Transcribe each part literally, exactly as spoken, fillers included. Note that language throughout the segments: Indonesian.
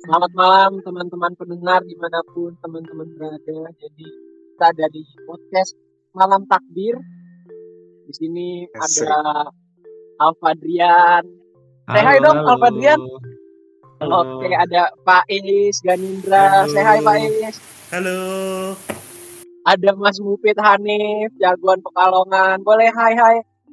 Selamat malam teman-teman pendengar dimanapun teman-teman berada. Jadi kita ada di podcast Malam Takbir. Di sini Asik. ada Alfadrian. Say Halo, hi dong halo. Alfadrian. Halo. Oke, ada Pak Is Ganindra. Halo. Say hi Pak Is. Halo. Ada Mas Mufid Hanif, jagoan Pekalongan. Boleh hai hai.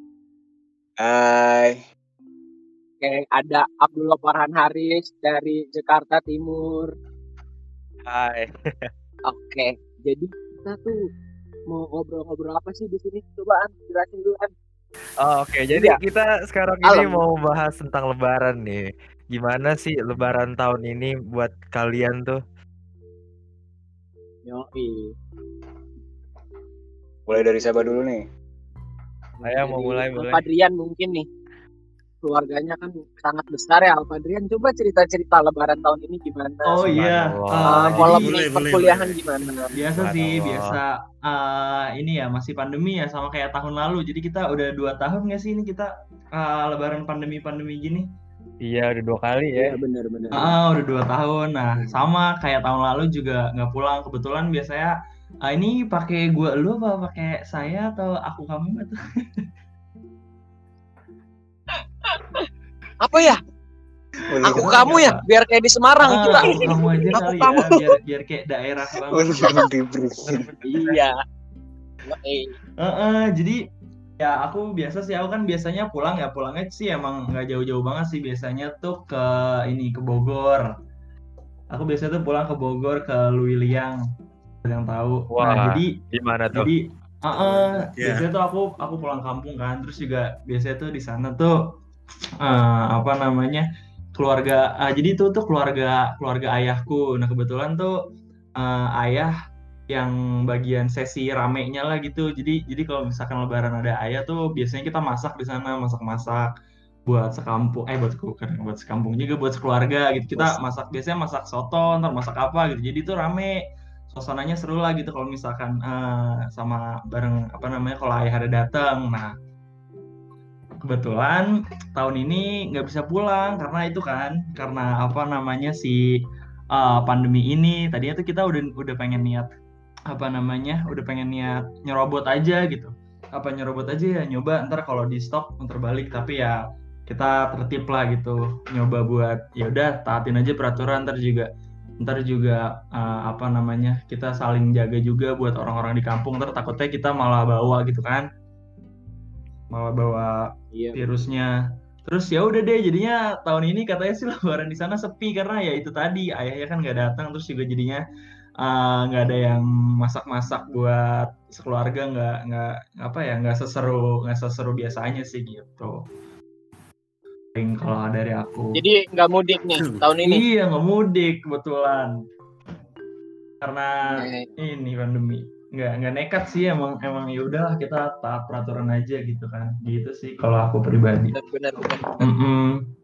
Hai. Oke, ada Abdullah Farhan Haris dari Jakarta Timur. Hai. Oke, jadi kita tuh mau ngobrol-ngobrol apa sih di sini? Cobaan jelasin dulu kan. Oh, Oke, okay. jadi Iya. kita sekarang ini Alam. mau bahas tentang Lebaran nih. Gimana sih Lebaran tahun ini buat kalian tuh? Yoi. Mulai dari siapa dulu nih? Saya mau mulai mulai. Alfadrian mungkin nih. Keluarganya kan sangat besar ya Alfadrian. Coba cerita-cerita Lebaran tahun ini gimana? Oh iya, Subhanallah. uh, Pola jadi boleh, boleh, perkuliahan boleh. gimana? biasa sih, Subhanallah. biasa uh, ini ya masih pandemi ya sama kayak tahun lalu. Jadi kita udah dua tahun nggak sih ini kita uh, Lebaran pandemi-pandemi gini? Iya, udah dua kali ya. Iya benar-benar. Ah, udah dua tahun. Nah, sama kayak tahun lalu juga nggak pulang. Kebetulan biasanya uh, ini pakai gua lu apa pakai saya atau aku kamu atau Apa ya? Boleh Aku Kita kamu ya, siapa? biar kayak di Semarang Ah, kita. aku kamu aja Aku kali kamu. ya, biar biar kayak daerah banget. Boleh diberi. Iya. Yoi. Heeh, jadi ya aku biasa sih aku kan biasanya pulang ya pulangnya sih emang nggak jauh-jauh banget sih biasanya tuh ke ini ke Bogor. Aku biasanya tuh pulang ke Bogor ke Luiliang yang tahu. Wah, Nah jadi gimana tuh? jadi heeh, Ya. biasanya tuh aku aku pulang kampung kan terus juga biasanya tuh di sana tuh eh, apa namanya keluarga ah, jadi itu tuh keluarga keluarga ayahku. Nah kebetulan tuh eh, ayah yang bagian sesi ramenya lah gitu. Jadi jadi kalau misalkan Lebaran ada ayah tuh biasanya kita masak di sana, masak-masak buat sekampung, eh buat bukan buat sekampung juga buat sekeluarga gitu. Kita masak biasanya masak soto, ntar masak apa gitu. Jadi tuh rame, suasananya seru lah gitu kalau misalkan eh, sama bareng apa namanya kalau ayah ada datang. Nah kebetulan tahun ini nggak bisa pulang karena itu kan karena apa namanya si uh, pandemi ini. Tadinya tuh kita udah udah pengen niat apa namanya udah pengen niat nyerobot aja gitu, apa nyerobot aja ya nyoba ntar kalau di stop ntar balik, tapi ya kita tertib lah gitu nyoba buat ya udah taatin aja peraturan, ntar juga ntar juga uh, apa namanya kita saling jaga juga buat orang-orang di kampung, ntar takutnya kita malah bawa gitu kan, malah bawa Iya. virusnya. Terus ya udah deh jadinya tahun ini katanya sih Lebaran di sana sepi karena ya itu tadi ayahnya kan nggak datang, terus juga jadinya nggak uh, ada yang masak-masak buat sekeluarga, nggak nggak apa ya nggak seseru nggak seseru biasanya sih gitu. Paling kalau dari aku. Jadi nggak mudik nih tahun ini. Iya nggak mudik kebetulan karena Oke. ini pandemi. nggak nggak nekat sih emang emang ya udahlah kita taat peraturan aja gitu kan, gitu sih kalau aku pribadi. Benar benar. Mm-mm.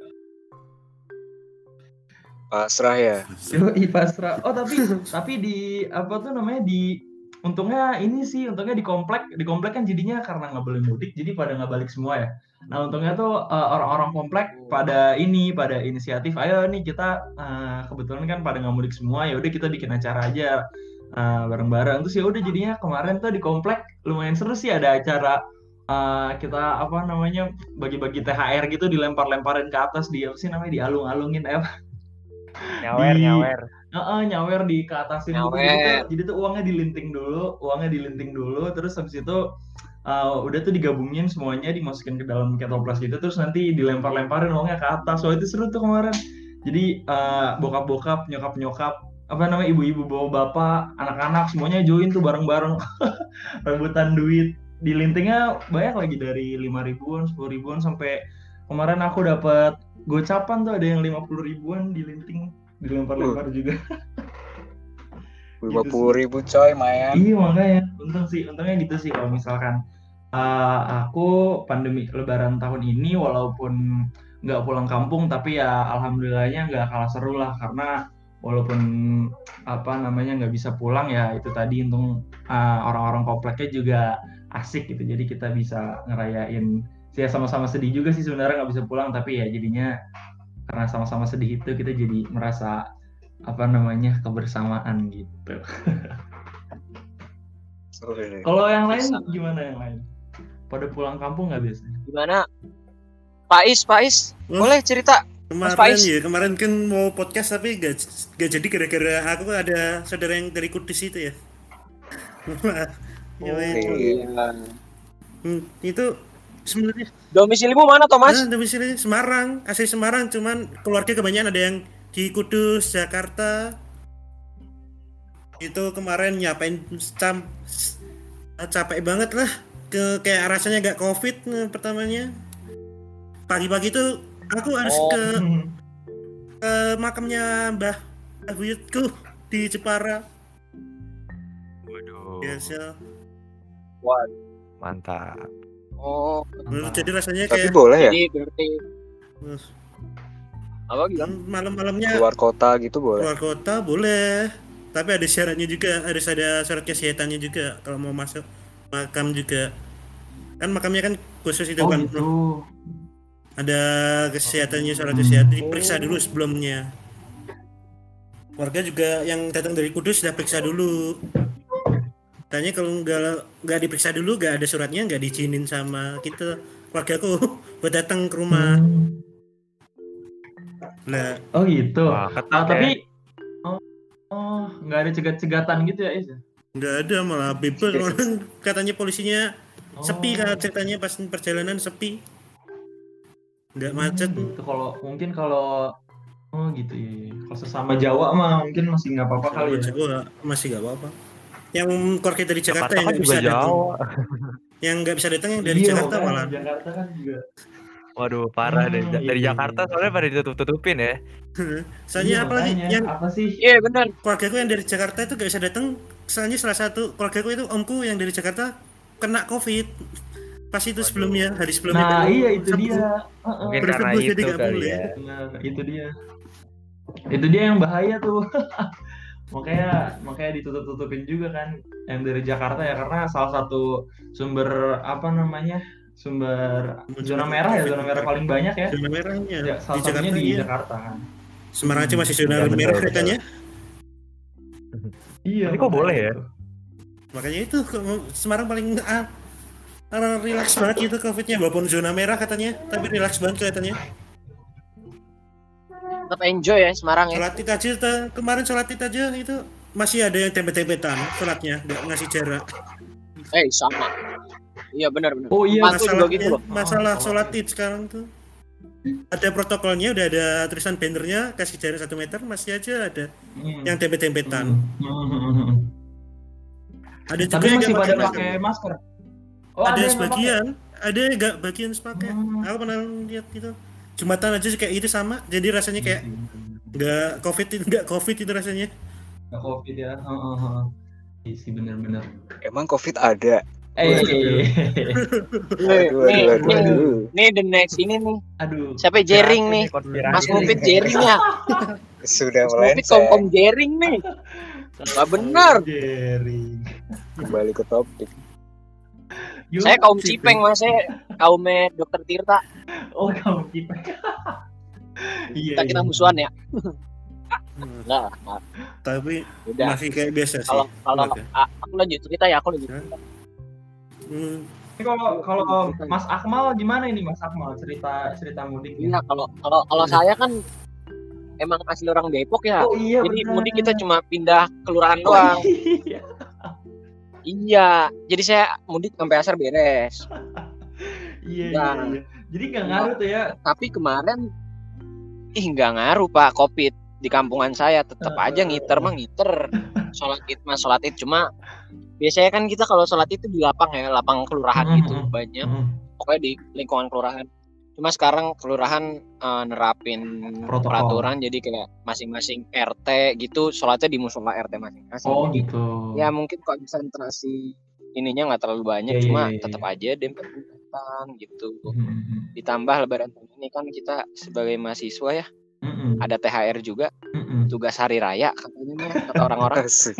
Pasrah ya. Yoi, pasrah. Oh tapi tapi di apa tuh namanya di untungnya ini sih untungnya di komplek di komplek kan jadinya karena nggak boleh mudik jadi pada nggak balik semua ya. Nah untungnya tuh uh, orang-orang komplek pada ini pada inisiatif, ayo nih kita uh, kebetulan kan pada nggak mudik semua, ya udah kita bikin acara aja uh, bareng-bareng. Terus ya udah jadinya kemarin tuh di komplek lumayan seru sih, ada acara uh, kita apa namanya bagi-bagi T H R gitu, dilempar-lemparin ke atas, di apa sih namanya dialung-alungin eh Nyawer, di nyawer. uh, nyawer di ke atasin gitu. Jadi tuh, jadi tuh uangnya dilinting dulu, uangnya dilinting dulu, terus habis itu uh, udah tuh digabungin semuanya, dimasukin ke dalam ketoples gitu, terus nanti dilempar-lemparin uangnya ke atas. Wah itu seru tuh kemarin. Jadi uh, bokap-bokap, nyokap-nyokap, apa namanya ibu-ibu bawa bapak, anak-anak semuanya join tuh bareng-bareng rebutan duit. Dilintingnya banyak lagi dari lima ribuan, sepuluh ribuan sampai kemarin aku dapat gocapan tuh ada yang lima puluh ribuan dilinting, dilempar-lempar uh. juga. lima puluh ribu coy, mayan. Iya makanya, untung sih, untungnya gitu sih kalau misalkan uh, aku pandemi Lebaran tahun ini walaupun nggak pulang kampung, tapi ya alhamdulillahnya nggak kalah seru lah, karena walaupun apa namanya nggak bisa pulang ya itu tadi untung uh, orang-orang kompleknya juga asik gitu, jadi kita bisa ngerayain. Ya sama-sama sedih juga sih sebenarnya nggak bisa pulang, tapi ya jadinya karena sama-sama sedih itu kita jadi merasa apa namanya kebersamaan gitu. Oke. Kalau yang lain Bisa. gimana yang lain? Pada pulang kampung nggak biasanya? Gimana? Pais, Pais, Wah. boleh cerita? Mas Kemarin Faiz. ya, kemarin kan mau podcast tapi gak, gak jadi gara-gara aku ada saudara yang dari Kudus itu ya. Wah, Oh gila itu. iya. Hmm, itu sebenarnya Domisilimu mana, Thomas? nah, domisili Semarang, asli Semarang, cuman keluarga kebanyakan ada yang di Kudus, Jakarta. Itu kemarin nyapain cam capek banget lah. Ke kayak rasanya gak covid nah, pertamanya. Pagi-pagi tuh aku harus Oh. ke ke makamnya Mbah Mbah Buyutku di Jepara. Waduh, Biasa. Wah. mantap. Oh, Lalu jadi rasanya Tapi kayak boleh ya jadi berarti uh, apa gitu? malam-malamnya keluar kota gitu boleh. keluar kota boleh. Tapi ada syaratnya juga, harus ada syarat kesehatannya juga kalau mau masuk makam juga. Kan makamnya kan khusus itu Oh kan. gitu. Ada kesehatannya, syarat kesehatan diperiksa dulu sebelumnya. Warga juga yang datang dari Kudus sudah periksa dulu. Tanya kalau nggak nggak diperiksa dulu, nggak ada suratnya, nggak diizinin sama kita keluargaku buat datang ke rumah. Hmm. Nah, Oh gitu. Wah, ketat Ah, ya. tapi oh, oh nggak ada cegat-cegatan gitu ya Is? nggak ada malah bebas. Katanya polisinya Oh, sepi kan ceritanya pas perjalanan sepi. Nggak macet. hmm, gitu. Kalau mungkin kalau oh gitu ya. Kalau sesama Jawa mah mungkin masih nggak apa-apa kali ya. Jawa masih nggak apa-apa. Yang keluarga dari Jakarta Jakarta yang kan nggak juga bisa datang. Jawa. Yang nggak bisa datang yang dari Iya, Jakarta makanya malah. Jakarta kan juga. Waduh, parah deh. Hmm, Dari iya. Jakarta soalnya pada ditutup-tutupin ya. Soalnya Iya, apalagi makanya. yang apa sih? Iya benar. keluargaku yang dari Jakarta itu gak bisa datang. Soalnya salah satu keluargaku itu omku yang dari Jakarta kena COVID pas itu sebelumnya, hari sebelumnya Nah, baru iya itu sembuh. dia. Heeh. Mungkin Terus karena sembuh, jadi itu nggak kali boleh. ya. Nah, itu dia. Itu dia yang bahaya tuh. makanya makanya ditutup-tutupin juga kan yang dari Jakarta ya karena salah satu sumber apa namanya? Sumber zona merah ya, zona merah paling banyak ya. Zona merahnya Ya, salah di satunya Jakarta di iya. Jakarta kan. Semarang aja masih zona Iya, betul, merah betul. katanya. Iya. Tapi kok makanya boleh ya? itu. Makanya itu kok Semarang paling ah, ah, relax banget gitu COVID-nya walaupun zona merah katanya, tapi relax banget kelihatannya. Tetap enjoy ya Semarang ya. Sholat id aja ta- kemarin sholat id aja itu masih ada yang dempet-dempetan sholatnya, nggak ngasih jarak. Eh sama. Iya benar benar. Oh iya, Mantu juga Masalahnya, gitu loh. masalah Oh, sholat id sekarang tuh ada protokolnya, udah ada tulisan bannernya kasih jarak satu meter, masih aja ada Hmm. yang dempet-dempetan. Hmm, hmm, hmm, hmm. Ada juga Tapi yang masih nggak pada pakai pakai masker. masker. Oh, Ada yang nggak sebagian, ada yang nggak bagian sepakai. Hmm. Aku pernah lihat gitu. Jumatan aja kayak itu sama, jadi rasanya pakai. kayak nggak covid, nggak covid itu rasanya. Nggak COVID ya. Heeh, heeh. Iya sih benar-benar. Emang covid ada? Eh, Nih, Aduh, nih, aduh, aduh, nih, aduh. nih the next ini nih. aduh. Siapa Jering nih? Konspirasi Mas nih. Mufid Jering ya. Sudah Mas Mufid kom kom melenceng. Jering nih. Nggak benar. Jering. Kembali ke topik. Yuk, Saya kaum Cipeng mas, saya kaumnya Dokter Tirta. Oh, kamu kita. Iya. Kita kita iya. musuhan ya. Nah, nah, Tapi udah. masih kayak biasa sih. Kalau kalau Oke. a- aku lanjut cerita ya, aku lanjut. cerita. Hmm, Ini kalau kalau Mas Akmal gimana ini Mas Akmal cerita cerita Iya, mudiknya? kalau kalau kalau saya kan emang asli orang Depok ya. Oh iya. Jadi benar. mudik kita cuma pindah kelurahan Oh, doang. iya. Iya, jadi saya mudik sampai asar beres. Iya, iya, Nah. iya. Jadi nggak ngaruh tuh ya. Tapi kemarin ih nggak ngaruh Pak Covid di kampungan saya, tetap Eh, aja ngiter mah ngiter. Sholat id mah sholat id cuma biasanya kan kita kalau sholat itu di lapang ya, lapang kelurahan Hmm, gitu hmm, banyak. Hmm. Pokoknya di lingkungan kelurahan. Cuma sekarang kelurahan eh, nerapin Protokol. peraturan jadi kayak masing-masing R T gitu sholatnya di musola R T masing-masing. Oh Jadi, gitu. ya mungkin konsentrasi ininya nggak terlalu banyak, Iya, iya, cuma iya, iya. tetap aja dempet-dempetan gitu. Hmm, hmm, Ditambah lebaran tahun ini kan kita sebagai mahasiswa ya hmm, hmm, ada T H R juga, hmm, hmm. tugas hari raya katanya mah, kata orang-orang. Asik.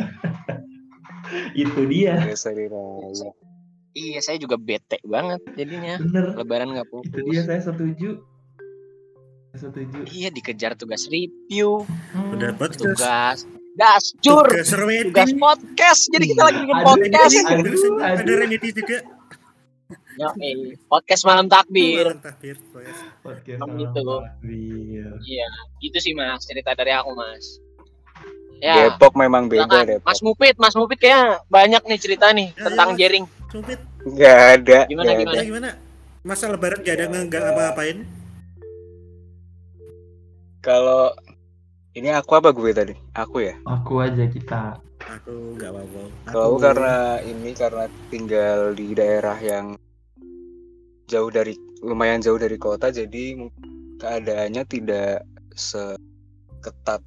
Itu dia. Biasa diraya. Iya, saya juga bete banget jadinya. Bener. Lebaran nggak Itu fokus. dia saya setuju. Setuju. Iya, dikejar tugas review, Hmm. Udah podcast. tugas dasjur, Tugas remedi. tugas podcast. Jadi kita lagi bikin Aduh, podcast. aduh, Terus ada aduh. remedi juga. Ya, eh, podcast malam takbir. Malam takbir. Pokoknya. Podcast Kamu malam gitu. takbir. Iya, itu sih Mas cerita dari aku Mas. Ya, Depok memang beda silakan. Depok. Mas Mupit, Mas Mupit kayak banyak nih cerita nih Ya, tentang ya, Mas. jaring. Sumpit. Nggak ada. Gimana, nggak gimana? ada. Ya gimana? Masa lebaran gak ada nggak apa-apain? Kalau ini aku apa gue tadi? Aku ya. Aku aja kita. Aku nggak apa-apa. Kalau aku karena ini karena tinggal di daerah yang jauh dari lumayan jauh dari kota, jadi mung- keadaannya tidak seketat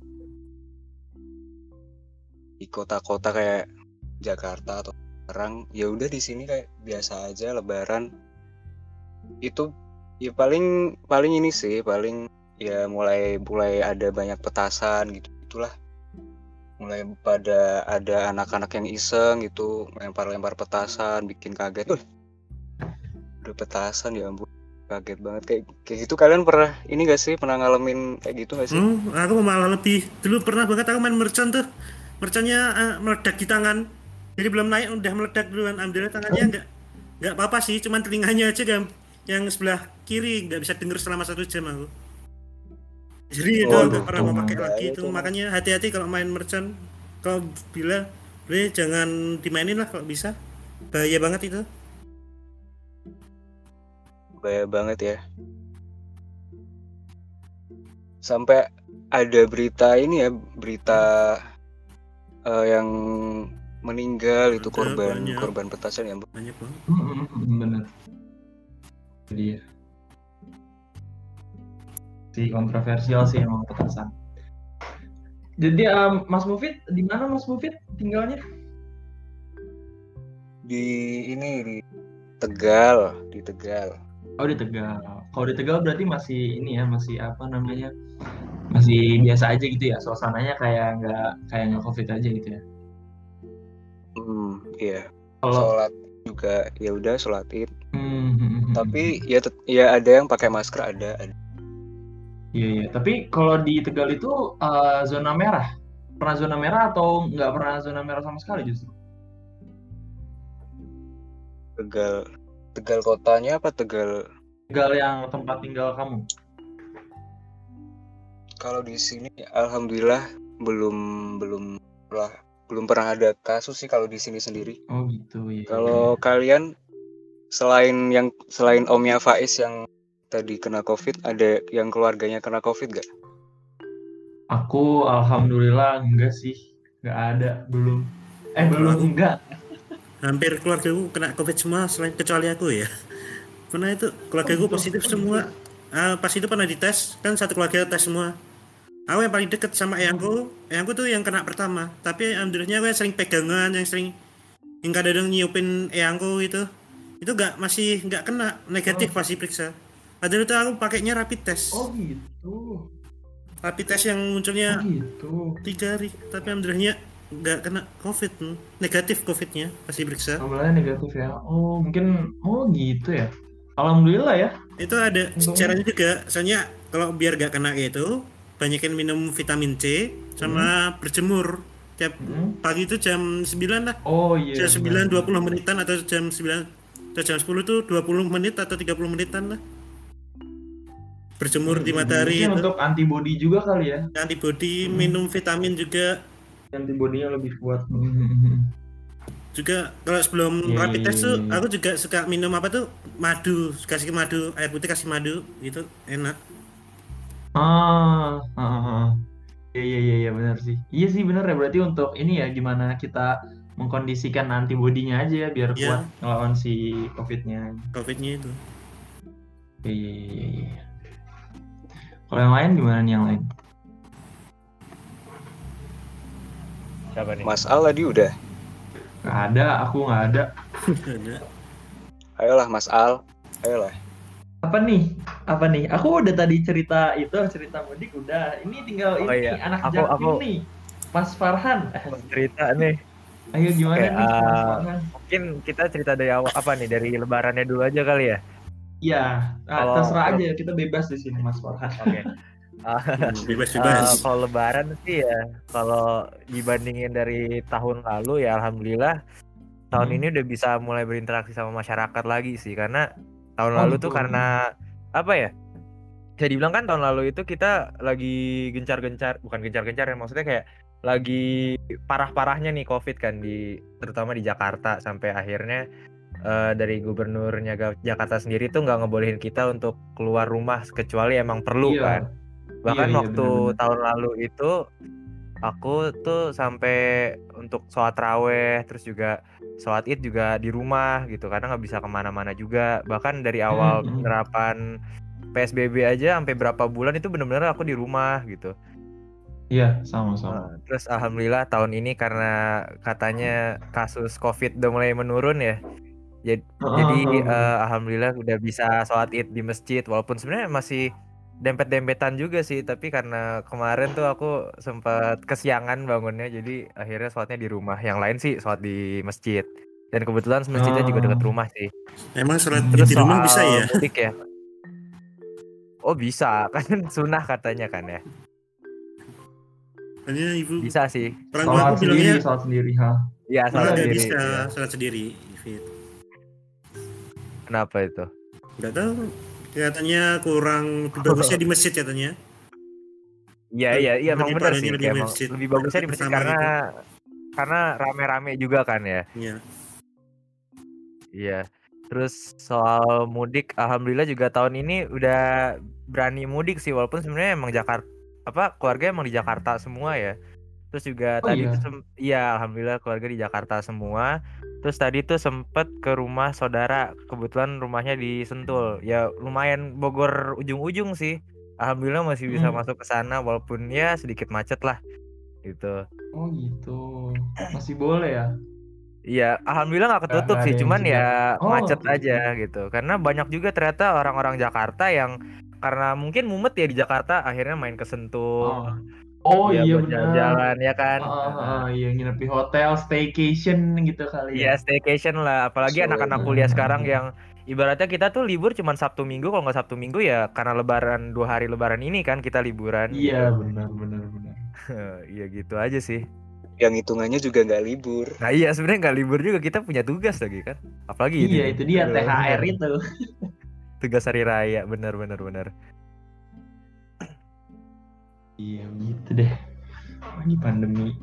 di kota-kota kayak Jakarta atau Tangerang. Ya udah di sini kayak biasa aja Lebaran. Itu ya paling paling ini sih paling ya mulai mulai ada banyak petasan gitu itulah, mulai pada ada anak-anak yang iseng gitu lempar-lempar petasan bikin kaget tuh, udah petasan ya ampun kaget banget kayak kayak gitu. Kalian pernah ini gak sih pernah ngalamin kayak gitu gak sih? Hmm, aku malah lebih. Dulu pernah banget aku main mercon tuh. Merconnya eh, meledak di tangan. Jadi belum naik udah meledak duluan. Alhamdulillah tangannya enggak enggak apa-apa sih, cuman telinganya aja kan yang sebelah kiri nggak bisa denger selama satu jam aku. Jadi itu Oh, nggak pernah mau pakai bahaya lagi itu. itu. Makanya hati-hati kalau main mercon. Kalau bila boleh jangan dimainin lah kalau bisa. Bahaya banget itu. Bahaya banget ya. Sampai ada berita ini ya, berita eh, yang meninggal itu Ada, korban banyak. korban petasan ya. Banyak banget. Hmm, bener. Jadi ya. Si kontroversial sih emang petasan. Jadi um, Mas Mufid di mana Mas Mufid tinggalnya? Di ini di Tegal, di Tegal. Oh di Tegal. Kalau di Tegal berarti masih ini ya, masih apa namanya? Masih biasa aja gitu ya, suasananya kayak nggak kayak nggak COVID aja gitu ya. Hmm, iya. Kalau Sholat juga ya udah sholat Id. hmm, hmm, hmm, Tapi ya tet- ya ada yang pakai masker ada, ada. iya iya. Tapi kalau di Tegal itu uh, zona merah, pernah zona merah atau nggak pernah zona merah sama sekali justru? Tegal, Tegal kotanya apa Tegal? Tegal yang tempat tinggal kamu? Kalau di sini alhamdulillah belum belum lah belum pernah ada kasus sih kalau di sini sendiri. Oh gitu ya. Kalau kalian selain yang selain Omnya Faiz yang tadi kena COVID, ada yang keluarganya kena COVID gak? Aku alhamdulillah enggak sih, nggak ada, belum. Eh belum enggak. Hampir keluarga gue kena COVID semua selain kecuali aku ya. Pernah itu keluarga gue positif semua. Ah, pas itu pernah dites kan satu keluarga tes semua. Aku yang paling deket sama eyangku, eyangku tuh yang kena pertama. Tapi alhamdulillahnya gue yang sering pegangan, yang sering yang kadang nyiupin eyangku itu, itu nggak masih nggak kena negatif pas diperiksa. Padahal itu aku pakainya rapid test. Oh gitu. Rapid test yang munculnya Oh gitu. tiga hari, tapi alhamdulillahnya nggak kena COVID, hmm. negatif COVID-nya pas diperiksa. Alhamdulillah negatif ya. Oh mungkin oh gitu ya. Alhamdulillah ya. Itu ada Untungnya. caranya juga, soalnya kalau biar gak kena gitu, banyakin minum vitamin C sama berjemur tiap Hmm. pagi itu jam sembilan lah, Oh iya. jam sembilan benar. dua puluh menitan atau jam sembilan atau jam sepuluh tuh dua puluh menit atau tiga puluh menitan lah berjemur di matahari. Mungkin itu untuk antibody juga kali ya. antibody, Hmm. minum vitamin juga. Antibodinya lebih kuat. Juga kalau sebelum Iya, rapid iya, test iya, tuh iya. aku juga suka minum apa tuh madu, kasih madu, air putih kasih madu gitu enak. Ah, ah, ah, ah. Iya iya iya iya, benar sih. Iya sih benar ya, berarti untuk ini ya gimana kita mengkondisikan antibodinya aja ya biar Iya. kuat ngelawan si COVID-nya. COVID-nya itu. Iya iya iya. iya. Kalau yang lain gimana nih yang lain? Siapa nih? Mas Al tadi udah. Gak ada, aku nggak ada. Ada. Ayolah Mas Al, ayolah. Apa nih? Apa nih? Aku udah tadi cerita itu, cerita mudik udah. Ini tinggal Oh ini iya, anak aku- Jaktim aku- nih. Mas Farhan. Mau cerita nih. Ayo gimana Oke, nih Mas uh, Farhan? Mungkin kita cerita dari awal apa nih, dari lebarannya dulu aja kali ya. Iya, nah, Kalau- terserah kalau- aja, kita bebas di sini Mas Farhan. Oke. Ah, Hmm, eh, bebas-bebas. kalau Lebaran sih ya, kalau dibandingin dari tahun lalu ya alhamdulillah tahun Hmm. ini udah bisa mulai berinteraksi sama masyarakat lagi sih, karena tahun Oh, lalu gitu. tuh karena apa ya? Bisa dibilang kan tahun lalu itu kita lagi gencar-gencar, bukan gencar-gencar ya, maksudnya kayak lagi parah-parahnya nih COVID kan di terutama di Jakarta, sampai akhirnya eh, dari gubernurnya Ga- Jakarta sendiri tuh nggak ngebolehin kita untuk keluar rumah kecuali emang perlu Iya. kan. Bahkan Iya, iya, waktu benar-benar. tahun lalu itu aku tuh sampai untuk sholat raweh terus juga sholat id juga di rumah gitu karena nggak bisa kemana-mana juga. Bahkan dari awal Hmm, hmm. penerapan P S B B aja sampai berapa bulan itu bener-bener aku di rumah gitu. Iya, sama-sama. Nah, terus alhamdulillah tahun ini karena katanya kasus COVID udah mulai menurun ya. Jadi, jadi eh, alhamdulillah udah bisa sholat id di masjid walaupun sebenarnya masih dempet-dempetan juga sih, tapi karena kemarin tuh aku sempat kesiangan bangunnya jadi akhirnya sholatnya di rumah. Yang lain sih sholat di masjid. Dan kebetulan masjidnya juga dekat Ah. rumah sih. Emang sholat Terus di rumah bisa ya? mudik ya. Oh bisa, kan sunnah katanya kan ya. Hanya ibu Bisa sih. orang tua aku Sholat sendiri, bilangnya sholat sendiri, ha. Iya, malah sholat nggak sendiri. bisa Iya. sholat sendiri. Fit. Kenapa itu? Nggak tahu. Katanya kurang lebih bagusnya di masjid katanya. Iya iya iya emang Lebih benar parahnya sih, lebih kayak emang masjid. lebih bagusnya di masjid Pertama karena gitu. karena rame-rame juga kan ya. Iya. Iya. Terus soal mudik, alhamdulillah juga tahun ini udah berani mudik sih, walaupun sebenarnya emang Jakarta apa keluarga emang di Jakarta semua ya. Terus juga Oh, tadi iya? tuh sem- iya alhamdulillah keluarga di Jakarta semua. Terus tadi tuh sempet ke rumah saudara, kebetulan rumahnya di Sentul. Ya lumayan Bogor ujung-ujung sih. Alhamdulillah masih bisa Hmm. masuk ke sana walaupun ya sedikit macet lah gitu. Oh gitu. Masih boleh ya? Iya, alhamdulillah nggak Nggak- ketutup nggak sih, ada yang cuman cegat. ya Oh, macet oke, aja oke. gitu. Karena banyak juga ternyata orang-orang Jakarta yang karena mungkin mumet ya di Jakarta, akhirnya main ke Sentul, Oh, oh ya iya buat benar. jalan-jalan ya kan. Ah, ah, Heeh. ah, iya nginep di hotel, staycation gitu kali Iya ya. staycation lah, apalagi Sesuai anak-anak Ah, kuliah ah, sekarang ah. yang ibaratnya kita tuh libur cuma Sabtu Minggu, kalau nggak Sabtu Minggu ya karena Lebaran dua hari Lebaran ini kan kita liburan Iya gitu. benar benar benar. Iya gitu aja sih. yang hitungannya juga nggak libur. Nah iya sebenarnya nggak libur juga, kita punya tugas lagi kan, apalagi ini Iya nih. itu dia Aduh, T H R bener. itu. Tugas hari raya, benar benar benar. Iya gitu deh. Oh, ini pandemi.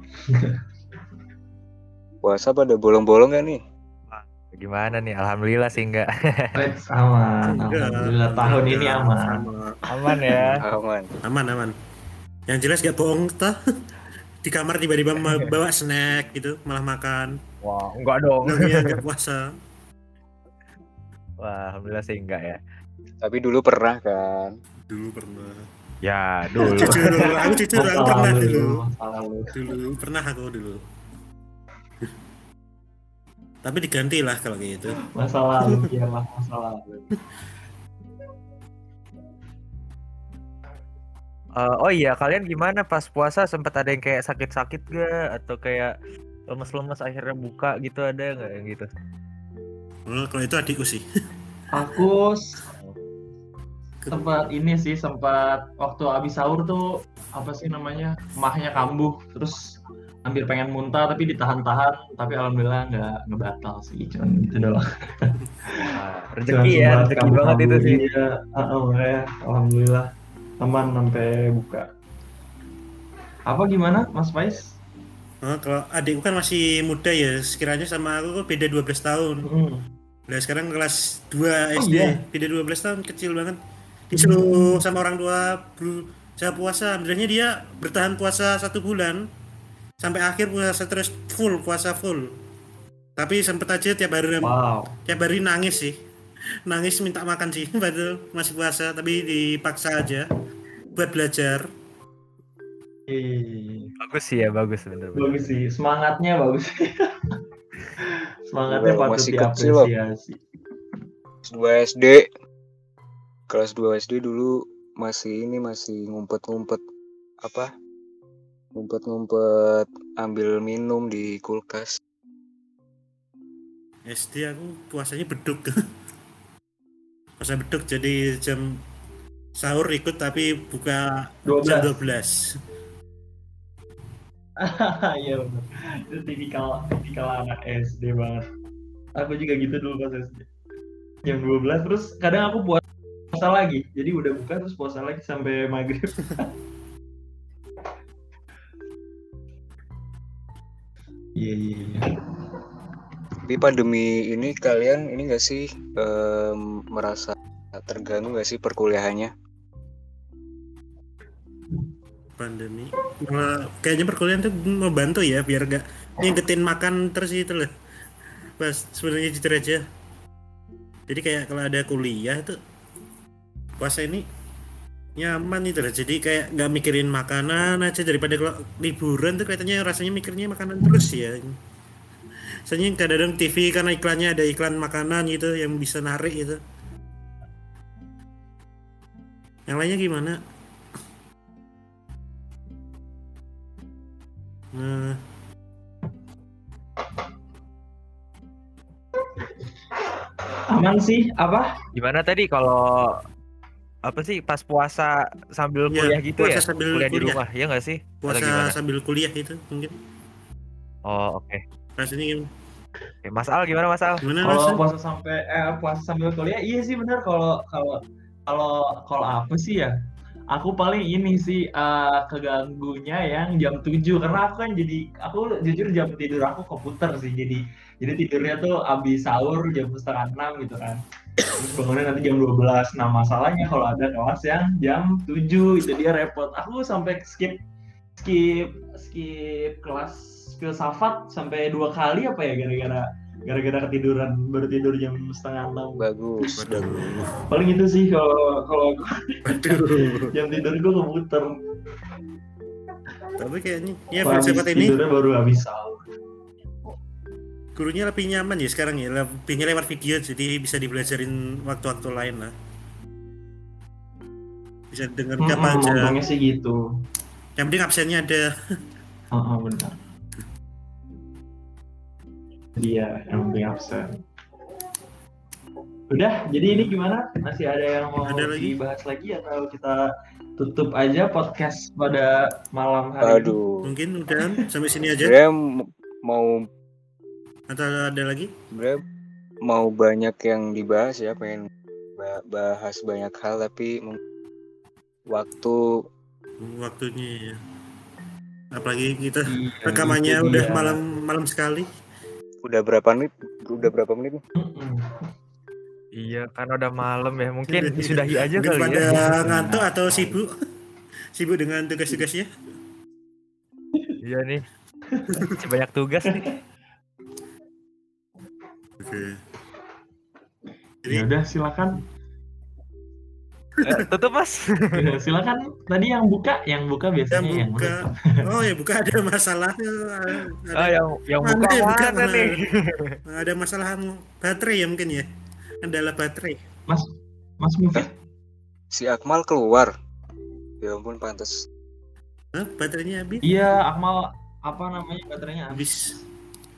Puasa pada bolong-bolong gak nih? Gimana nih? Alhamdulillah sih enggak. Let's aman. Enggak, Alhamdulillah tahun ini enggak, aman. sama. Aman ya. Aman. Aman aman. Yang jelas gak bohong toh. Di kamar tiba-tiba ma- bawa snack gitu, malah makan. Wah, enggak dong. Enggak iya, enggak puasa. Wah, alhamdulillah sih enggak ya. Tapi dulu pernah kan? Dulu pernah. Ya, dulu. Jujur, aku jujur, aku Masa pernah lalu, dulu. masa lalu. Dulu pernah aku dulu. Tapi diganti lah kalau kayak gitu. Masa lalu, biarlah masa lalu. Eh, oh iya, kalian gimana pas puasa, sempat ada yang kayak sakit-sakit gak atau kayak lemes-lemes akhirnya buka gitu, ada nggak yang gitu? Oh, kalau itu adikku sih. Aku s- sempat ini sih, sempat waktu habis sahur tuh apa sih namanya, emahnya kambuh, terus hampir pengen muntah tapi ditahan-tahan, tapi alhamdulillah nggak ngebatal sih, cuman gitu doang. Nah, Cuman rezeki ya, sempat rezeki kambuh-kambuh, banget itu sih. Iya, ah, ah, makanya alhamdulillah aman sampai buka. Apa gimana Mas Faiz? Oh, kalau adikku kan masih muda ya, sekiranya sama aku kan beda dua belas tahun. Hmm. Nah sekarang kelas dua Oh, S D, iya? beda dua belas tahun, kecil banget. Disuruh sama orang tua berusaha puasa, sebenarnya dia bertahan puasa satu bulan sampai akhir puasa terus full puasa full. Tapi sempet aja tiap hari Wow. tiap hari nangis sih, nangis minta makan sih, padahal masih puasa tapi dipaksa aja buat belajar. Eh, Bagus sih ya, bagus bener-bener. bagus sih, semangatnya bagus. Semangatnya Gua patut masih kecil loh. diapresiasi. Kelas dua S D. Kelas dua S D dulu masih ini masih ngumpet-ngumpet apa? Ngumpet-ngumpet ambil minum di kulkas. S D aku puasanya beduk. Masa beduk jadi jam sahur ikut tapi buka dua jam belas. dua belas. Iya benar. Itu tipikal tipikal anak S D banget. Aku juga gitu dulu pas S D. Jam dua belas terus kadang aku puasa lagi. Jadi udah buka terus puasa lagi sampai maghrib. Iya iya iya. Tapi pandemi ini kalian ini gak sih em, merasa terganggu gak sih perkuliahannya? Pandemi. Malah kayaknya perkuliahan tuh membantu ya biar gak ngingetin makan terus itu loh. Pas sebenarnya jujur aja. Jadi kayak kalau ada kuliah tuh puasa ini nyaman itu loh. Jadi kayak nggak mikirin makanan aja daripada kalau liburan tuh kelihatannya rasanya mikirnya makanan terus ya. Soalnya kadang-kadang T V karena iklannya ada iklan makanan gitu yang bisa narik gitu. Yang lainnya gimana? Nah, Aman sih apa? Gimana tadi kalau apa sih pas puasa sambil Ya, kuliah gitu puasa ya? sambil Kuliah di kuliah. rumah, ya nggak sih? Atau puasa gimana? sambil kuliah itu mungkin. Oh, oke. Rasanya gimana? Oke, Mas Al gimana Mas Al? Gimana Kalau rasanya? puasa sampai eh puasa sambil kuliah iya sih benar kalau kalau kalau kalau apa sih ya? Aku paling ini sih eh, keganggunya yang jam tujuh karena aku kan jadi aku jujur jam tidur aku komputer sih jadi jadi tidurnya tuh abis sahur jam setengah enam gitu kan. Terus bangunnya nanti jam dua belas. Nah, masalahnya kalau ada kelas yang jam tujuh itu dia repot. Aku sampai skip skip skip kelas filsafat sampai dua kali apa ya gara-gara gara-gara ketiduran baru tidur jam setengah enam. Bagus, Waduh. bagus. Paling itu sih kalau kalau Waduh. jam tidur gue komputer. Tapi kayaknya ya Habis filsafat ini tidurnya baru habis sahur. gurunya lebih nyaman ya sekarang ya, lebihnya lewat video jadi bisa dibelajarin waktu-waktu lain lah. Bisa denger Hmm, kapan aja. ngomongnya sih gitu. Yang penting absennya ada. Heeh, benar. Dia yang penting absen. Udah, jadi ini gimana? Masih ada yang mau Ada lagi? dibahas lagi atau kita tutup aja podcast pada malam hari ini? Aduh. Mungkin udah sampai sini aja Sebenarnya m- mau atau ada lagi? sebenarnya mau banyak yang dibahas ya, pengen ba- bahas banyak hal tapi mung- waktu Waktunya ya. Apalagi kita Iya, rekamannya itu udah dia. malam malam sekali. udah berapa menit? Udah berapa menit nih? Mm-mm. Iya, kan udah malam ya. Mungkin disudahi aja Mungkin kali pada ya. ngantuk atau sibuk. Sibuk dengan tugas-tugasnya. Iya nih. Masih banyak tugas nih. Oke. Ya udah silakan. Eh, tutup Mas. Ya, silakan. Tadi yang buka, yang buka Yang biasanya yang buka. Oh ya buka ada masalah. Ada, Ah, yang yang Mana buka yang buka, mana mana? nih? ada masalah baterai ya mungkin ya. Adalah baterai. Mas Mas Mufid. Si Akmal keluar. Ya ampun, pantas. Hah, baterainya habis. Iya, Akmal apa namanya baterainya habis. Habis.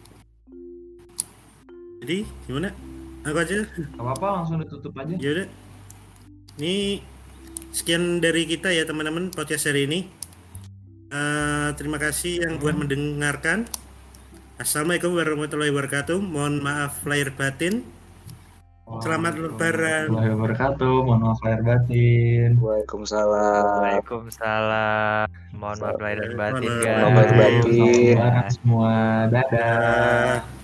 Jadi gimana? Aku aja. Gak apa-apa, langsung ditutup aja. Ya udah. Ini sekian dari kita ya teman-teman podcast hari ini. Eh, terima kasih yang buat mendengarkan. Assalamualaikum warahmatullahi wabarakatuh. Mohon maaf lahir batin. Selamat Lebaran. Warahmatullahi wabarakatuh. Mohon maaf lahir batin. Waalaikumsalam. Waalaikumsalam. Mohon maaf lahir dan batin Mohon guys. maaf lahir batin. Selamat Lebaran semua. Dadah. Dah.